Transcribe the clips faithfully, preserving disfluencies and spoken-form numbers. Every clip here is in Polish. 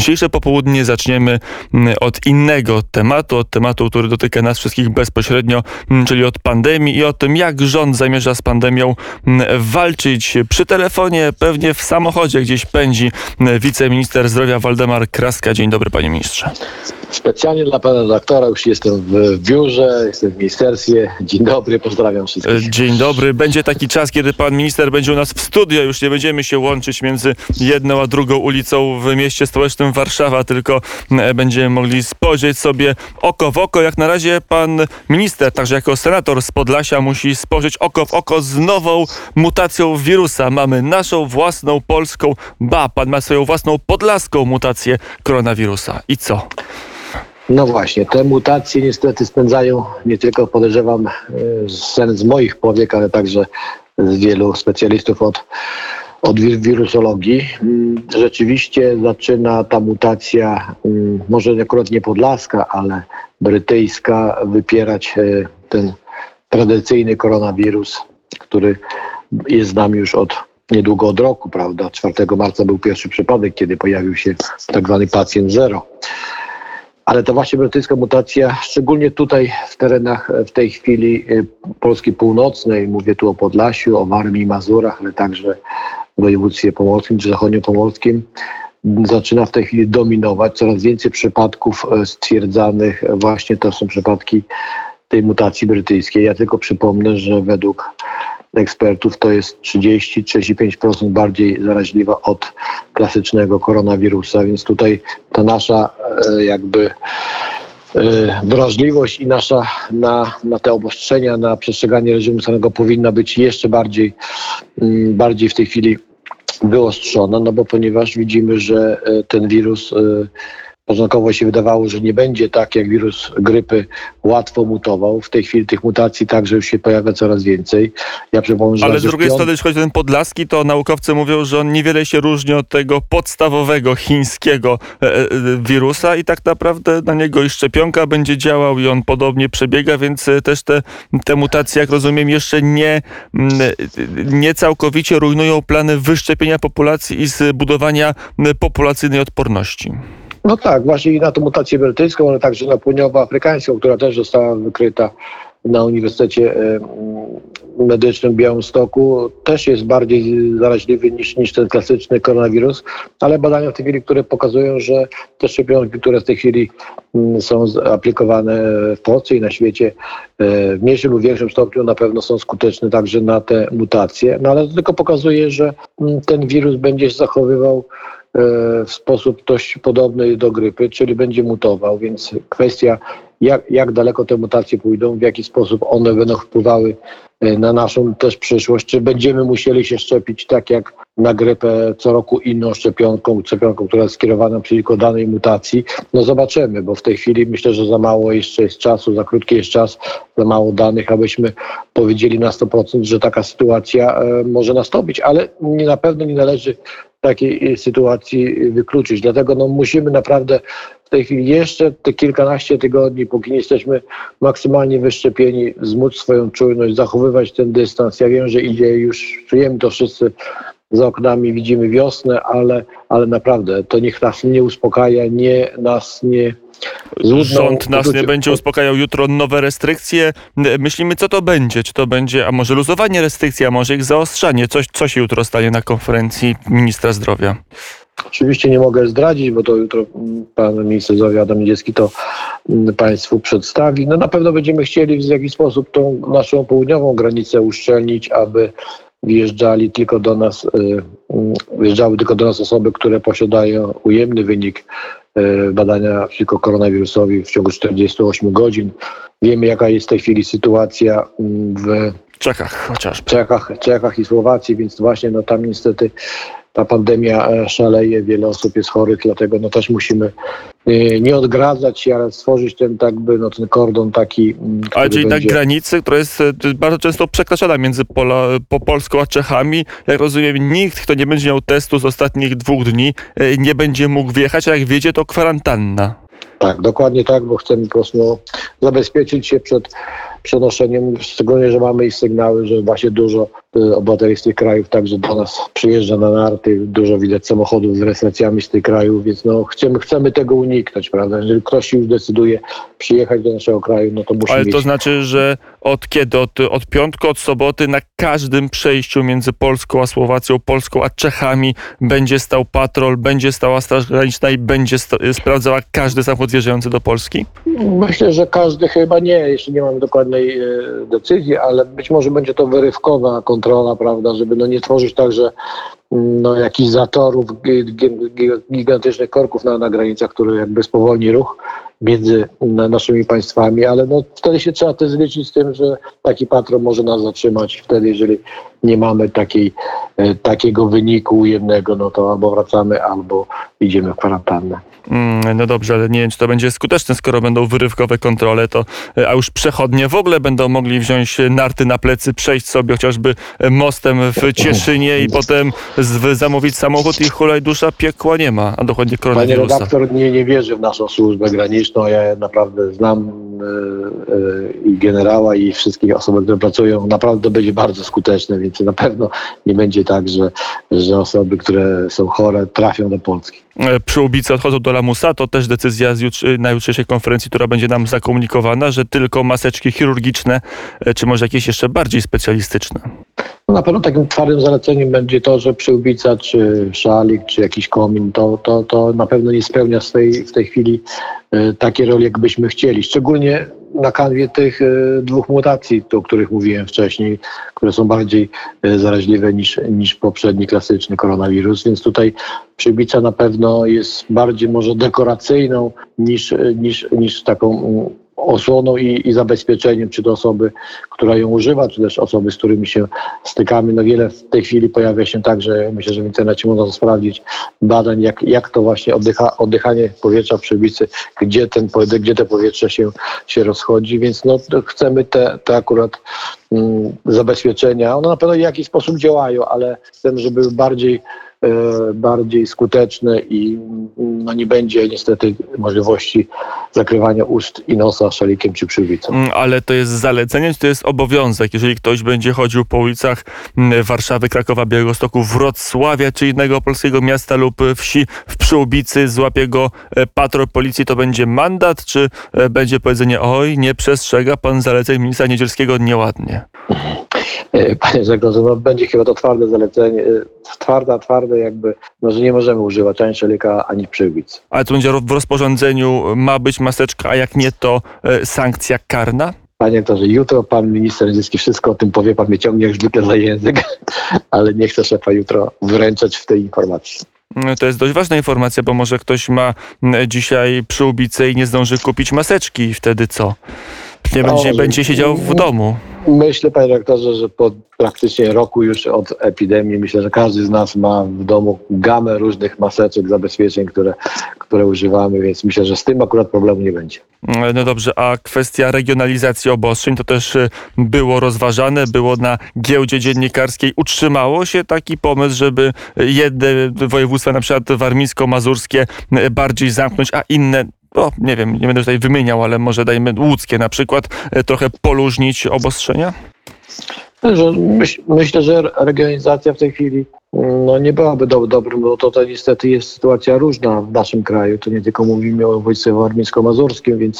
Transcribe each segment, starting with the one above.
Dzisiejsze popołudnie zaczniemy od innego tematu, od tematu, który dotyka nas wszystkich bezpośrednio, czyli od pandemii i o tym, jak rząd zamierza z pandemią walczyć. Przy telefonie, pewnie w samochodzie gdzieś pędzi wiceminister zdrowia Waldemar Kraska. Dzień dobry, panie ministrze. Specjalnie dla pana redaktora już jestem w biurze, jestem w ministerstwie. Dzień dobry, pozdrawiam wszystkich. Dzień dobry. Będzie taki czas, kiedy pan minister będzie u nas w studio. Już nie będziemy się łączyć między jedną a drugą ulicą w mieście stołecznym Warszawa, tylko będziemy mogli spojrzeć sobie oko w oko. Jak na razie pan minister, także jako senator z Podlasia, musi spojrzeć oko w oko z nową mutacją wirusa. Mamy naszą własną polską, ba, pan ma swoją własną podlaską mutację koronawirusa. I co? No właśnie, te mutacje niestety spędzają nie tylko, podejrzewam, sen z moich powiek, ale także z wielu specjalistów od, od wirusologii. Rzeczywiście zaczyna ta mutacja, może akurat nie podlaska, ale brytyjska, wypierać ten tradycyjny koronawirus, który jest z nami już od niedługo od roku, prawda? czwartego marca był pierwszy przypadek, kiedy pojawił się tak zwany pacjent zero. Ale to właśnie brytyjska mutacja, szczególnie tutaj w terenach w tej chwili Polski Północnej, mówię tu o Podlasiu, o Warmii i Mazurach, ale także w województwie pomorskim czy zachodniopomorskim, zaczyna w tej chwili dominować. Coraz więcej przypadków stwierdzanych, właśnie to są przypadki tej mutacji brytyjskiej. Ja tylko przypomnę, że według ekspertów to jest trzydzieści do trzydziestu pięciu procent bardziej zaraźliwa od klasycznego koronawirusa, więc tutaj ta nasza jakby wrażliwość i nasza na, na te obostrzenia, na przestrzeganie reżimu samego powinna być jeszcze bardziej, bardziej w tej chwili wyostrzona, no bo ponieważ widzimy, że ten wirus początkowo się wydawało, że nie będzie tak, jak wirus grypy łatwo mutował. W tej chwili tych mutacji także już się pojawia coraz więcej. Ja przypomnę, że Ale z drugiej strony, jeśli chodzi o ten podlaski, to naukowcy mówią, że on niewiele się różni od tego podstawowego chińskiego e, e, wirusa i tak naprawdę na niego i szczepionka będzie działał i on podobnie przebiega, więc też te, te mutacje, jak rozumiem, jeszcze nie, nie całkowicie rujnują plany wyszczepienia populacji i zbudowania populacyjnej odporności. No tak, właśnie i na tą mutację brytyjską, ale także na południowoafrykańską, która też została wykryta na Uniwersytecie Medycznym w Białymstoku, też jest bardziej zaraźliwy niż, niż ten klasyczny koronawirus, ale badania w tej chwili, które pokazują, że te szczepionki, które w tej chwili są aplikowane w Polsce i na świecie, w mniejszym lub większym stopniu na pewno są skuteczne także na te mutacje, no ale to tylko pokazuje, że ten wirus będzie się zachowywał w sposób dość podobny do grypy, czyli będzie mutował, więc kwestia jak, jak daleko te mutacje pójdą, w jaki sposób one będą wpływały na naszą też przyszłość, czy będziemy musieli się szczepić tak jak na grypę co roku inną szczepionką, szczepionką, która jest skierowana przeciwko danej mutacji, no zobaczymy, bo w tej chwili myślę, że za mało jeszcze jest czasu, za krótki jest czas, za mało danych, abyśmy powiedzieli na sto procent, że taka sytuacja e, może nastąpić, ale nie, na pewno nie należy takiej sytuacji wykluczyć. Dlatego no, musimy naprawdę w tej chwili jeszcze te kilkanaście tygodni, póki nie jesteśmy maksymalnie wyszczepieni, wzmóc swoją czujność, zachowywać ten dystans. Ja wiem, że idzie już, czujemy to wszyscy za oknami, widzimy wiosnę, ale, ale naprawdę to niech nas nie uspokaja, nie nas nie... Rząd nas nie będzie uspokajał. Jutro nowe restrykcje. Myślimy, co to będzie? Czy to będzie, a może luzowanie restrykcji, a może ich zaostrzanie? Coś, co się jutro stanie na konferencji ministra zdrowia? Oczywiście nie mogę zdradzić, bo to jutro pan minister zdrowia Adam Niedzielski to państwu przedstawi. No na pewno będziemy chcieli w jakiś sposób tą naszą południową granicę uszczelnić, aby wjeżdżali tylko do nas, wjeżdżały tylko do nas osoby, które posiadają ujemny wynik badania przeciwko koronawirusowi w ciągu czterdziestu ośmiu godzin. Wiemy, jaka jest w tej chwili sytuacja w Czechach chociażby. Czechach, Czechach i Słowacji, więc właśnie no tam niestety ta pandemia szaleje, wiele osób jest chorych, dlatego no też musimy nie odgradzać się, ale stworzyć ten tak by, no ten kordon taki, ale czyli będzie... na granicy, która jest bardzo często przekraczana między Pola, po Polską a Czechami. Jak rozumiem, nikt, kto nie będzie miał testu z ostatnich dwóch dni, nie będzie mógł wjechać, a jak wjedzie, to kwarantanna. Tak, dokładnie tak, bo chcemy po prostu zabezpieczyć się przed, przenoszeniem, szczególnie, że mamy i sygnały, że właśnie dużo obywateli z tych krajów także do nas przyjeżdża na narty, dużo widać samochodów z rejestracjami z tych krajów, więc no chcemy, chcemy tego uniknąć, prawda? Jeżeli ktoś już decyduje przyjechać do naszego kraju, no to musi Ale mieć... to znaczy, że od kiedy? Od, od piątku, od soboty na każdym przejściu między Polską a Słowacją, Polską a Czechami będzie stał patrol, będzie stała Straż Graniczna i będzie sta- sprawdzała każdy samochód wjeżdżający do Polski? Myślę, że każdy chyba nie, jeszcze nie mamy dokładnej e, decyzji, ale być może będzie to wyrywkowa kontrola, prawda, żeby no nie tworzyć tak, że no, jakichś zatorów, gi- gi- gigantycznych korków na, na granicach, które jakby spowolni ruch między naszymi państwami, ale no wtedy się trzeba też zliczyć z tym, że taki patrol może nas zatrzymać. Wtedy, jeżeli nie mamy takiej, e, takiego wyniku ujemnego, no to albo wracamy, albo idziemy w kwarantannę. Mm, no dobrze, ale nie wiem, czy to będzie skuteczne, skoro będą wyrywkowe kontrole, to a już przechodnie w ogóle będą mogli wziąć narty na plecy, przejść sobie chociażby mostem w Cieszynie i potem z, zamówić samochód i hulaj dusza, piekła nie ma, a dochodzi Panie koronawirusa. redaktor nie, nie wierzy w naszą służbę graniczną. Ja naprawdę znam y, y, i generała, i wszystkich osoby, które pracują. Naprawdę to będzie bardzo skuteczne, więc na pewno nie będzie tak, że, że osoby, które są chore, trafią do Polski. Przyłbice odchodzą do lamusa, to też decyzja z jutr- na jutrzejszej konferencji, która będzie nam zakomunikowana, że tylko maseczki chirurgiczne, czy może jakieś jeszcze bardziej specjalistyczne? No na pewno takim twardym zaleceniem będzie to, że przyłbica, czy szalik, czy jakiś komin, to, to, to na pewno nie spełnia w tej, w tej chwili y, takiej roli, jakbyśmy chcieli. Szczególnie na kanwie tych y, dwóch mutacji, o których mówiłem wcześniej, które są bardziej y, zaraźliwe niż, niż poprzedni klasyczny koronawirus, więc tutaj przyłbica na pewno jest bardziej może dekoracyjną niż, niż, niż taką y, osłoną i, i zabezpieczeniem, czy to osoby, która ją używa, czy też osoby, z którymi się stykamy. No wiele w tej chwili pojawia się tak, że myślę, że w internecie można to sprawdzić, badań, jak, jak to właśnie oddycha, oddychanie powietrza w przyłbicy, gdzie, ten, gdzie te powietrze się, się rozchodzi, więc no, chcemy te, te akurat mm, zabezpieczenia. One na pewno w jakiś sposób działają, ale chcemy, żeby były bardziej bardziej skuteczne i no, nie będzie niestety możliwości zakrywania ust i nosa szalikiem czy przyłbicą. Ale to jest zalecenie, czy to jest obowiązek? Jeżeli ktoś będzie chodził po ulicach Warszawy, Krakowa, Białegostoku, Wrocławia czy innego polskiego miasta lub wsi w przyłbicy, złapie go patrol policji, to będzie mandat, czy będzie powiedzenie: oj, nie przestrzega pan zaleceń ministra Niedzielskiego, nieładnie? Panie Grzegorzu, no będzie chyba to twarde zalecenie, twarda, twarde jakby, no, że nie możemy używać ani szalika, ani przyłbic. Ale to będzie w rozporządzeniu, ma być maseczka, a jak nie, to e, sankcja karna? Panie doktorze, jutro pan minister Niedzielski wszystko o tym powie, pan mnie ciągnie jak zwykle za język, ale nie chcę szefa jutro wręczać w tej informacji. To jest dość ważna informacja, bo może ktoś ma dzisiaj przyłbicę i nie zdąży kupić maseczki i wtedy co? Nie będzie, O, będzie siedział w domu. Myślę, panie rektorze, że po praktycznie roku już od epidemii myślę, że każdy z nas ma w domu gamę różnych maseczek, zabezpieczeń, które, które używamy, więc myślę, że z tym akurat problemu nie będzie. No dobrze, a kwestia regionalizacji obostrzeń to też było rozważane, było na giełdzie dziennikarskiej. Utrzymało się taki pomysł, żeby jedne województwa, na przykład warmińsko-mazurskie, bardziej zamknąć, a inne, no nie wiem, nie będę tutaj wymieniał, ale może dajmy łódzkie na przykład, trochę poluźnić obostrzenia? Że myśl, myślę, że regionalizacja w tej chwili no, nie byłaby do, dobrym, bo to, to niestety jest sytuacja różna w naszym kraju. To nie tylko mówimy o województwie warmińsko-mazurskim, więc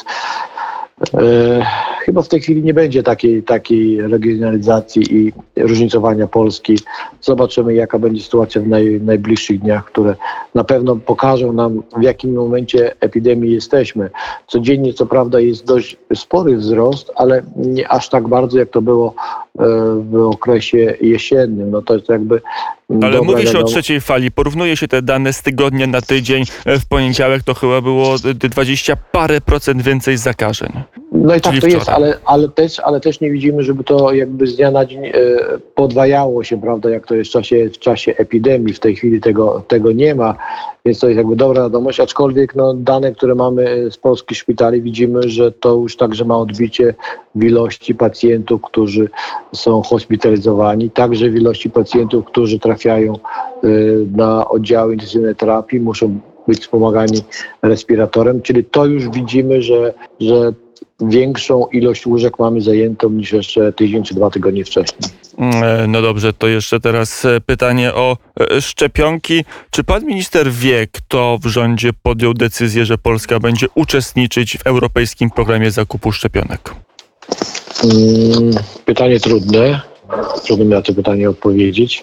e, chyba w tej chwili nie będzie takiej, takiej regionalizacji i różnicowania Polski. Zobaczymy, jaka będzie sytuacja w naj, najbliższych dniach, które na pewno pokażą nam, w jakim momencie epidemii jesteśmy. Codziennie, co prawda, jest dość spory wzrost, ale nie aż tak bardzo, jak to było w okresie jesiennym. No to jest jakby... Ale mówi się o trzeciej fali. Porównuje się te dane z tygodnia na tydzień. W poniedziałek to chyba było dwadzieścia parę procent więcej zakażeń. No i tak Czyli to wczoraj. jest, ale, ale, też, ale też nie widzimy, żeby to jakby z dnia na dzień e, podwajało się, prawda, jak to jest w czasie, w czasie epidemii. W tej chwili tego, tego nie ma, więc to jest jakby dobra wiadomość, aczkolwiek no, dane, które mamy z polskich szpitali, widzimy, że to już także ma odbicie w ilości pacjentów, którzy są hospitalizowani, także w ilości pacjentów, którzy trafiają y, na oddziały intensywnej terapii, muszą być wspomagani respiratorem, czyli to już widzimy, że, że większą ilość łóżek mamy zajętą niż jeszcze tydzień czy dwa tygodnie wcześniej. No dobrze, to jeszcze teraz pytanie o szczepionki. Czy pan minister wie, kto w rządzie podjął decyzję, że Polska będzie uczestniczyć w europejskim programie zakupu szczepionek? Pytanie trudne. Trudno mi na to pytanie odpowiedzieć.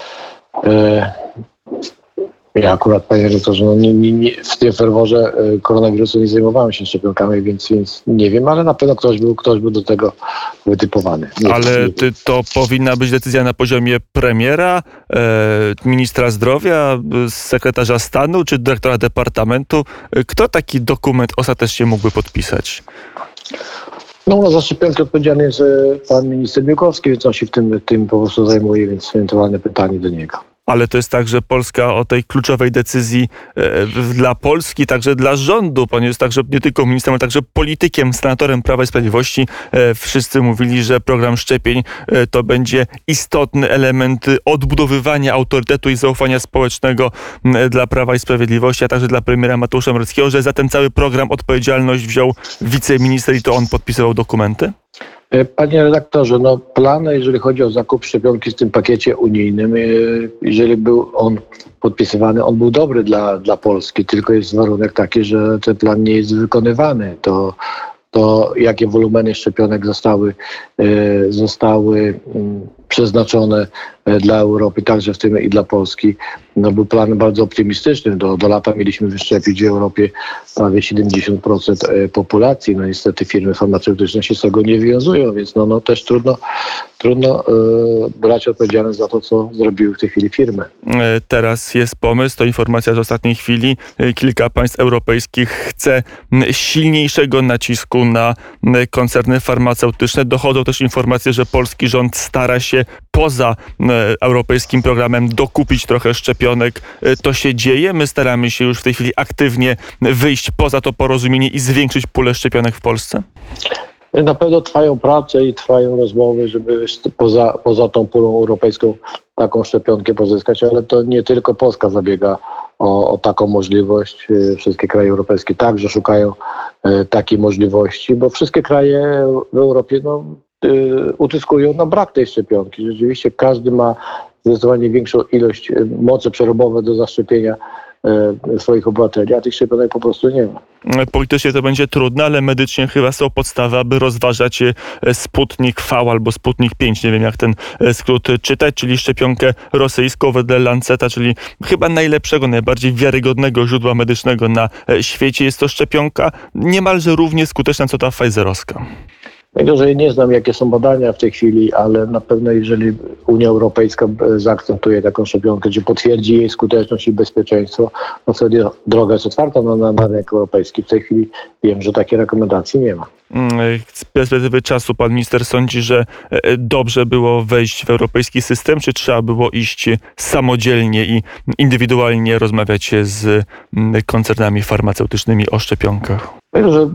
Ja akurat, panie redaktorze, no nie, nie, nie, w tym ferworze koronawirusu nie zajmowałem się szczepionkami, więc, więc nie wiem, ale na pewno ktoś był, ktoś był do tego wytypowany. Nie, ale nie ty, to powinna być decyzja na poziomie premiera, e, ministra zdrowia, sekretarza stanu czy dyrektora departamentu? Kto taki dokument ostatecznie mógłby podpisać? No, no za szczepionki odpowiedzialny jest pan minister Białkowski, więc on się w tym, tym po prostu zajmuje, więc ewentualne pytanie do niego. Ale to jest tak, że Polska o tej kluczowej decyzji e, dla Polski, także dla rządu, pan jest także nie tylko ministrem, ale także politykiem, senatorem Prawa i Sprawiedliwości. E, wszyscy mówili, że program szczepień e, to będzie istotny element odbudowywania autorytetu i zaufania społecznego e, dla Prawa i Sprawiedliwości, a także dla premiera Mateusza Morawieckiego, że za ten cały program odpowiedzialność wziął wiceminister i to on podpisywał dokumenty? Panie redaktorze, no plan, jeżeli chodzi o zakup szczepionki w tym pakiecie unijnym, jeżeli był on podpisywany, on był dobry dla, dla Polski, tylko jest warunek taki, że ten plan nie jest wykonywany. To, to jakie wolumeny szczepionek zostały, zostały przeznaczone dla Europy, także w tym i dla Polski. No, był plan bardzo optymistyczny. Do, do lata mieliśmy wyszczepić w Europie prawie siedemdziesiąt procent populacji. No niestety firmy farmaceutyczne się z tego nie wywiązują, więc no, no też trudno, trudno yy, brać odpowiedzialność za to, co zrobiły w tej chwili firmy. Teraz jest pomysł, to informacja z ostatniej chwili. Kilka państw europejskich chce silniejszego nacisku na koncerny farmaceutyczne. Dochodzą też informacje, że polski rząd stara się poza europejskim programem dokupić trochę szczepionek. To się dzieje. My staramy się już w tej chwili aktywnie wyjść poza to porozumienie i zwiększyć pulę szczepionek w Polsce? Na pewno trwają prace i trwają rozmowy, żeby poza, poza tą pulą europejską taką szczepionkę pozyskać, ale to nie tylko Polska zabiega o, o taką możliwość. Wszystkie kraje europejskie także szukają e, takiej możliwości, bo wszystkie kraje w Europie no, y, utyskują na brak tej szczepionki. Rzeczywiście każdy ma zdecydowanie większą ilość mocy przerobowe do zaszczepienia swoich obywateli, a tych szczepionek po prostu nie ma. Politycznie to będzie trudne, ale medycznie chyba są podstawy, aby rozważać Sputnik V albo Sputnik pięć, nie wiem jak ten skrót czytać, czyli szczepionkę rosyjską wedle Lanceta, czyli chyba najlepszego, najbardziej wiarygodnego źródła medycznego na świecie. Jest to szczepionka niemalże równie skuteczna co ta pfizerowska. Najgorzej nie znam, jakie są badania w tej chwili, ale na pewno jeżeli Unia Europejska zaakceptuje taką szczepionkę, czy potwierdzi jej skuteczność i bezpieczeństwo, no wtedy droga jest otwarta na, na, na rynek europejski. W tej chwili wiem, że takiej rekomendacji nie ma. Z perspektywy czasu pan minister sądzi, że dobrze było wejść w europejski system, czy trzeba było iść samodzielnie i indywidualnie rozmawiać z koncernami farmaceutycznymi o szczepionkach? Myślę, że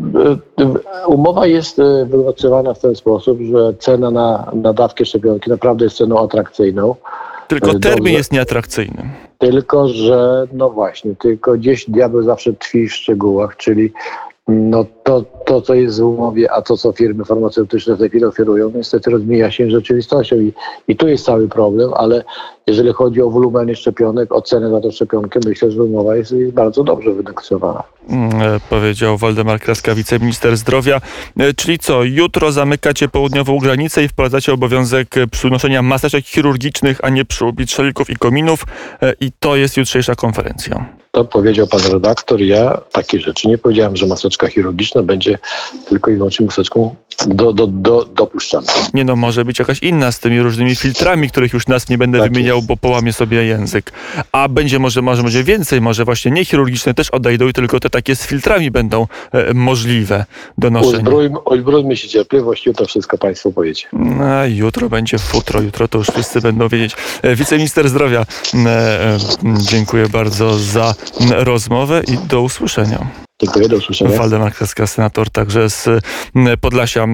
umowa jest wynegocjowana w ten sposób, że cena na, na dawkę szczepionki naprawdę jest ceną atrakcyjną. Tylko termin Dobrze. jest nieatrakcyjny. Tylko, że no właśnie, tylko gdzieś diabeł zawsze tkwi w szczegółach, czyli no to, to, co jest w umowie, a to, co firmy farmaceutyczne w tej chwili oferują, niestety rozmija się z rzeczywistością i, i tu jest cały problem, ale jeżeli chodzi o wolumeny szczepionek, o cenę za tą szczepionkę, myślę, że umowa jest, jest bardzo dobrze wynegocjowana. Hmm, powiedział Waldemar Kraska, wiceminister zdrowia. Czyli co, jutro zamykacie południową granicę i wprowadzacie obowiązek przynoszenia maseczek chirurgicznych, a nie przyłbic, szalików i kominów i to jest jutrzejsza konferencja. To powiedział pan redaktor. Ja takiej rzeczy nie powiedziałem, że maseczka chirurgiczna będzie tylko i wyłącznie maseczką do, do, do, dopuszczana. Nie no, może być jakaś inna z tymi różnymi filtrami, których już nas nie będę tak wymieniał, jest. Bo połamie sobie język. A będzie może, może będzie więcej, może właśnie nie chirurgiczne też odejdą i tylko te takie z filtrami będą e, możliwe do noszenia. Uzbrójmy, uzbrójmy się cierpliwość, jutro wszystko państwo powiecie. No, jutro będzie futro, jutro to już wszyscy będą wiedzieć. E, wiceminister zdrowia, e, e, dziękuję bardzo za rozmowę i do usłyszenia. Dziękuję, do usłyszenia. Waldemar Kraska, senator także z Podlasia.